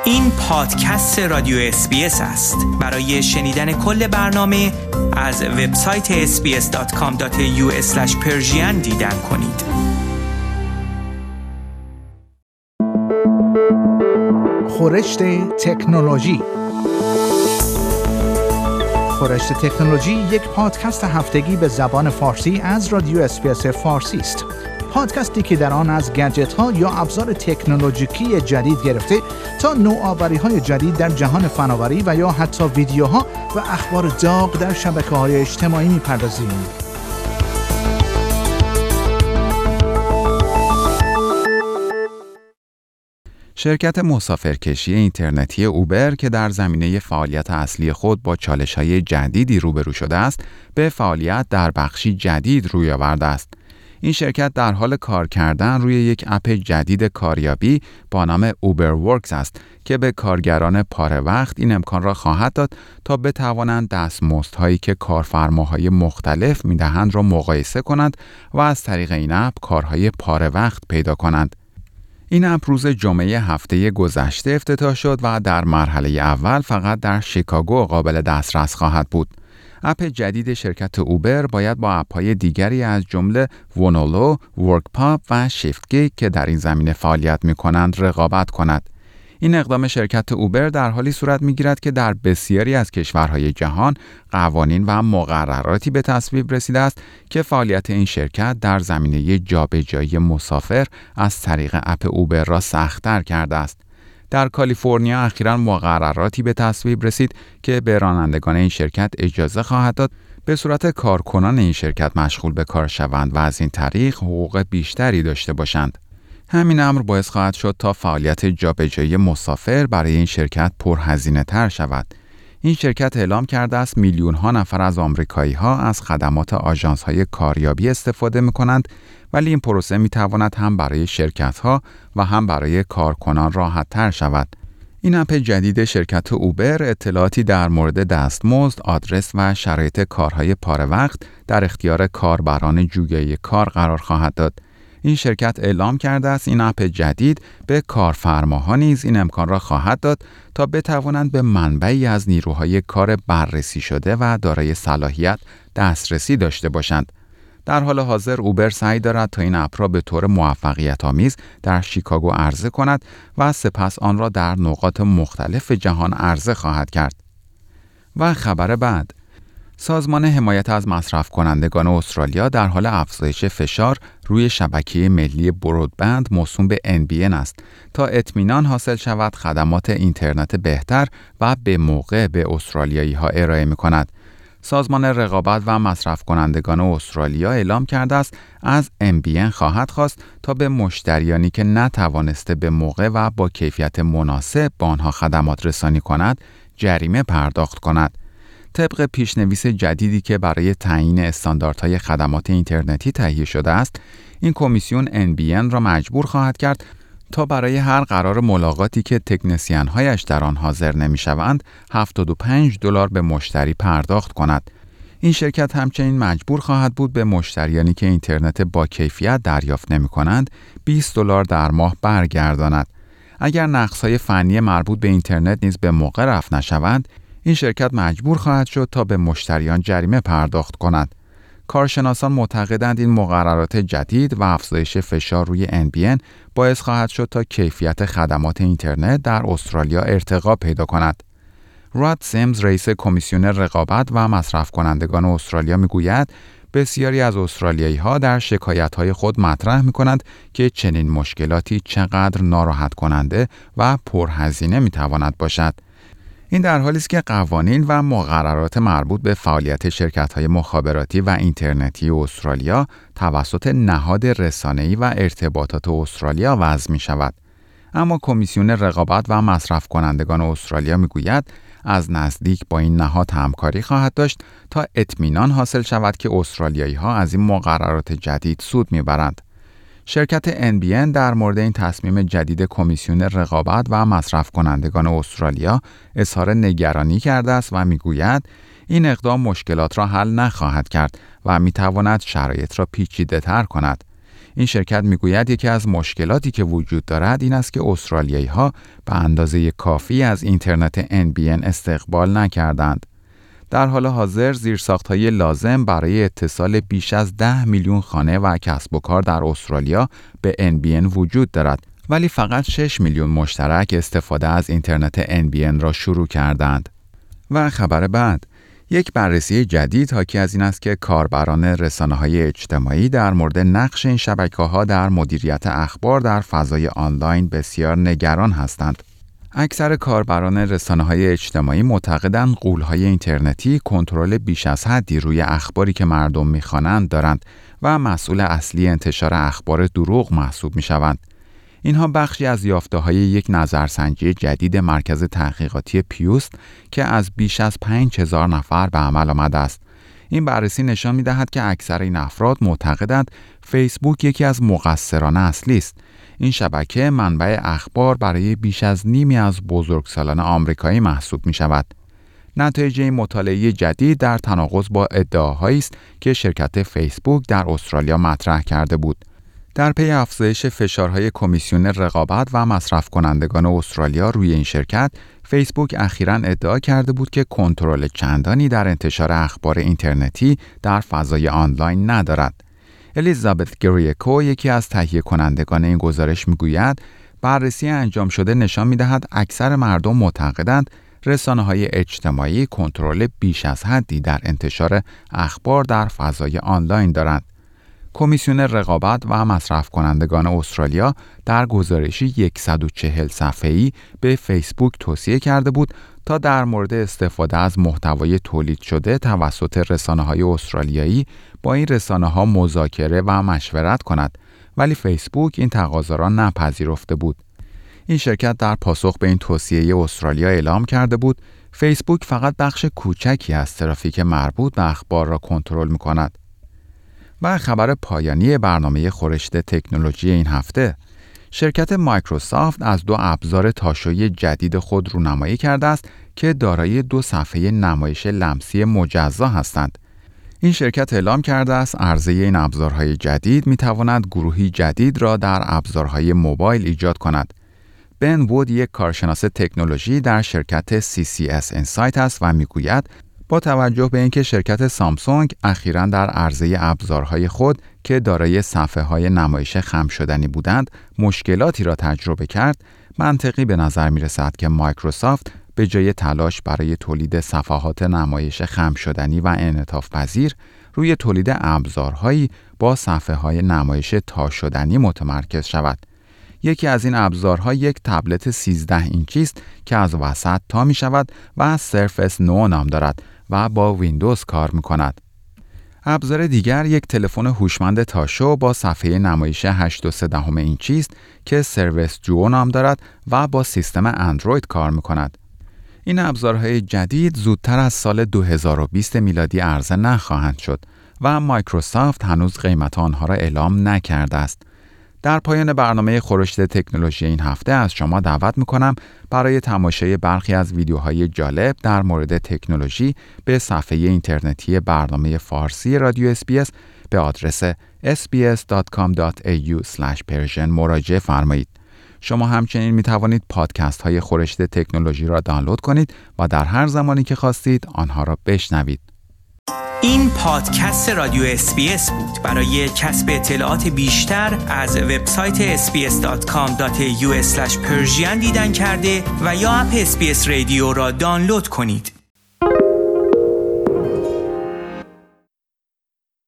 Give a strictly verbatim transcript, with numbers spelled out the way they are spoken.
این پادکست رادیو اس بی اس است. برای شنیدن کل برنامه از وبسایت اس بی اس دات کام دات ای یو اسلش پرژین دیدن کنید. خورشت تکنولوژی. خورشت تکنولوژی یک پادکست هفتگی به زبان فارسی از رادیو اس بی اس فارسی است. پادکستی که در آن از گجت‌ها یا ابزار تکنولوژیکی جدید گرفته تا نوآوری‌های جدید در جهان فناوری و یا حتی ویدیوها و اخبار داغ در شبکه‌های اجتماعی می‌پردازیم. شرکت مسافرکشی اینترنتی اوبر که در زمینه فعالیت اصلی خود با چالش‌های جدیدی روبرو شده است، به فعالیت در بخشی جدید روی آورده است. این شرکت در حال کار کردن روی یک اپ جدید کاریابی با نام اوبر ورکس است که به کارگران پاره وقت این امکان را خواهد داد تا بتوانند دستمزدهایی که کارفرماهای مختلف می‌دهند را مقایسه کنند و از طریق این اپ کارهای پاره وقت پیدا کنند. این اپ روز جمعه هفته گذشته افتتاح شد و در مرحله اول فقط در شیکاگو قابل دسترس خواهد بود. اپ جدید شرکت اوبر باید با اپ‌های دیگری از جمله وونولو، ورکپاپ و شیفت گیگ که در این زمینه فعالیت می‌کنند رقابت کند. این اقدام شرکت اوبر در حالی صورت می‌گیرد که در بسیاری از کشورهای جهان قوانین و مقرراتی به تصویب رسیده است که فعالیت این شرکت در زمینه جابجایی مسافر از طریق اپ اوبر را سخت‌تر کرده است. در کالیفرنیا اخیراً مقرراتی به تصویب رسید که به رانندگان این شرکت اجازه خواهد داد به صورت کارکنان این شرکت مشغول به کار شوند و از این طریق حقوق بیشتری داشته باشند. همین امر باعث خواهد شد تا فعالیت جابجایی مسافر برای این شرکت پرهزینه تر شود. این شرکت اعلام کرده است میلیون ها نفر از آمریکایی ها از خدمات آژانس های کاریابی استفاده می کنند، ولی این پروسه می تواند هم برای شرکت ها و هم برای کارکنان راحت تر شود. این اپ جدید شرکت اوبر اطلاعاتی در مورد دستمزد، آدرس و شرایط کارهای پاره وقت در اختیار کاربران جویای کار قرار خواهد داد. این شرکت اعلام کرده است این اپ جدید به کارفرماها نیز این امکان را خواهد داد تا بتوانند به منبعی از نیروهای کار بررسی شده و دارای صلاحیت دسترسی داشته باشند. در حال حاضر اوبر سعی دارد تا این اپ را به طور موفقیت‌آمیز در شیکاگو عرضه کند و سپس آن را در نقاط مختلف جهان عرضه خواهد کرد. و خبر بعد، سازمان حمایت از مصرف کنندگان استرالیا در حال افزایش فشار روی شبکه ملی برودبند موسوم به ان بی ان است تا اطمینان حاصل شود خدمات اینترنت بهتر و به موقع به استرالیایی ها ارائه می کند. سازمان رقابت و مصرف کنندگان استرالیا اعلام کرده است از ان بی ان خواهد خواست تا به مشتریانی که نتوانسته به موقع و با کیفیت مناسب با آنها خدمات رسانی کند جریمه پرداخت کند. طبق پیشنویس جدیدی که برای تعیین استانداردهای خدمات اینترنتی تهیه شده است، این کمیسیون ان بی ان را مجبور خواهد کرد تا برای هر قرار ملاقاتی که تکنسین‌هایش در آن حاضر نمی‌شوند، هفتاد و پنج دلار به مشتری پرداخت کند. این شرکت همچنین مجبور خواهد بود به مشتریانی که اینترنت با کیفیت دریافت نمی‌کنند، بیست دلار در ماه برگرداند. اگر نقص‌های فنی مربوط به اینترنت نیز به موقع رفع نشوند، این شرکت مجبور خواهد شد تا به مشتریان جریمه پرداخت کند. کارشناسان معتقدند این مقررات جدید و افزایش فشار روی ان بی ان باعث خواهد شد تا کیفیت خدمات اینترنت در استرالیا ارتقا پیدا کند. راد سیمز رئیس کمیسیون رقابت و مصرف کنندگان استرالیا میگوید بسیاری از استرالیایی ها در شکایت های خود مطرح می کنند که چنین مشکلاتی چقدر ناراحت کننده و پرهزینه می تواند باشد. این در حالی است که قوانین و مقررات مربوط به فعالیت شرکت‌های مخابراتی و اینترنتی استرالیا توسط نهاد رسانه‌ای و ارتباطات استرالیا وضع می‌شود. اما کمیسیون رقابت و مصرف کنندگان استرالیا می‌گوید از نزدیک با این نهاد همکاری خواهد داشت تا اطمینان حاصل شود که استرالیایی‌ها از این مقررات جدید سود می‌برند. شرکت ان بی ان در مورد این تصمیم جدید کمیسیون رقابت و مصرف کنندگان استرالیا اظهار نگرانی کرده است و میگوید این اقدام مشکلات را حل نخواهد کرد و میتواند شرایط را پیچیده‌تر کند. این شرکت میگوید یکی از مشکلاتی که وجود دارد این است که استرالیایی‌ها به اندازه کافی از اینترنت ان بی ان استقبال نکردند. در حال حاضر زیرساخت‌های لازم برای اتصال بیش از ده میلیون خانه و کسب و کار در استرالیا به ان بی ان وجود دارد، ولی فقط شش میلیون مشترک استفاده از اینترنت ان بی ان را شروع کردند. و خبر بعد، یک بررسی جدید حاکی از این است که کاربران رسانه‌های اجتماعی در مورد نقش این شبکه‌ها در مدیریت اخبار در فضای آنلاین بسیار نگران هستند. اکثر کاربران رسانه‌های اجتماعی معتقدند غول‌های اینترنتی کنترل بیش از حدی روی اخباری که مردم می‌خوانند دارند و مسئول اصلی انتشار اخبار دروغ محسوب می‌شوند. اینها بخشی از یافته‌های یک نظرسنجی جدید مرکز تحقیقاتی پیوست که از بیش از پنج هزار نفر به عمل آمده است. این بررسی نشان می‌دهد که اکثر این افراد معتقدند فیسبوک یکی از مقصران اصلی است. این شبکه منبع اخبار برای بیش از نیمی از بزرگسالان آمریکایی محسوب می‌شود. نتایج این مطالعه جدید در تناقض با ادعاهایی است که شرکت فیسبوک در استرالیا مطرح کرده بود. در پی افزایش فشارهای کمیسیون رقابت و مصرف کنندگان استرالیا روی این شرکت، فیسبوک اخیراً ادعا کرده بود که کنترل چندانی در انتشار اخبار اینترنتی در فضای آنلاین ندارد. الیزابت گریکو، یکی از تهیه کنندگان این گزارش، میگوید بررسی انجام شده نشان می‌دهد اکثر مردم معتقدند رسانه‌های اجتماعی کنترل بیش از حدی در انتشار اخبار در فضای آنلاین دارند. کمیسیون رقابت و مصرف کنندگان استرالیا در گزارشی صد و چهل صفحه‌ای به فیسبوک توصیه کرده بود تا در مورد استفاده از محتوای تولید شده توسط رسانه‌های استرالیایی با این رسانه‌ها مذاکره و مشورت کند، ولی فیسبوک این تقاضا را نپذیرفته بود. این شرکت در پاسخ به این توصیه استرالیا اعلام کرده بود فیسبوک فقط بخش کوچکی از ترافیک مربوط به اخبار را کنترل می‌کند. و خبر پایانی برنامه خورشت تکنولوژی این هفته، شرکت مایکروسافت از دو ابزار تاشوی جدید خود رونمایی کرده است که دارای دو صفحه نمایش لمسی مجزا هستند. این شرکت اعلام کرده است عرضه این ابزارهای جدید می‌تواند گروهی جدید را در ابزارهای موبایل ایجاد کند. بن وود، یک کارشناس تکنولوژی در شرکت سی سی اس اینسایت است و میگوید با توجه به اینکه شرکت سامسونگ اخیراً در عرضه ابزارهای خود که دارای صفحه‌های نمایش خم شدنی بودند مشکلاتی را تجربه کرد، منطقی به نظر می‌رسد که مایکروسافت به جای تلاش برای تولید صفحات نمایش خم شدنی و انعطاف پذیر روی تولید ابزارهایی با صفحه‌های نمایش تا شدنی متمرکز شود. یکی از این ابزارها یک تبلت سیزده اینچی است که از وسط تا می شود و سرفس نه نام دارد و با ویندوز کار می کند. ابزار دیگر یک تلفن هوشمند تاشو با صفحه نمایش هشت و سه دهم اینچی است که سرویس جو نام دارد و با سیستم اندروید کار می کند. این ابزارهای جدید زودتر از سال دو هزار و بیست میلادی عرضه نخواهند شد و مایکروسافت هنوز قیمت آنها را اعلام نکرده است. در پایان برنامه خورشت تکنولوژی این هفته از شما دعوت می‌کنم برای تماشای برخی از ویدیوهای جالب در مورد تکنولوژی به صفحه اینترنتی برنامه فارسی رادیو اس بی اس به آدرس اس بی اس دات کام دات ای یو اسلش پرشن مراجعه فرمایید. شما همچنین می توانید پادکست های خورشت تکنولوژی را دانلود کنید و در هر زمانی که خواستید آنها را بشنوید. این پادکست رادیو اس بی اس بود. برای کسب اطلاعات بیشتر از وبسایت اس بی اس دات کام دات ای یو اسلش پرشن دیدن کرده و یا اپ اس بی اس رادیو را دانلود کنید.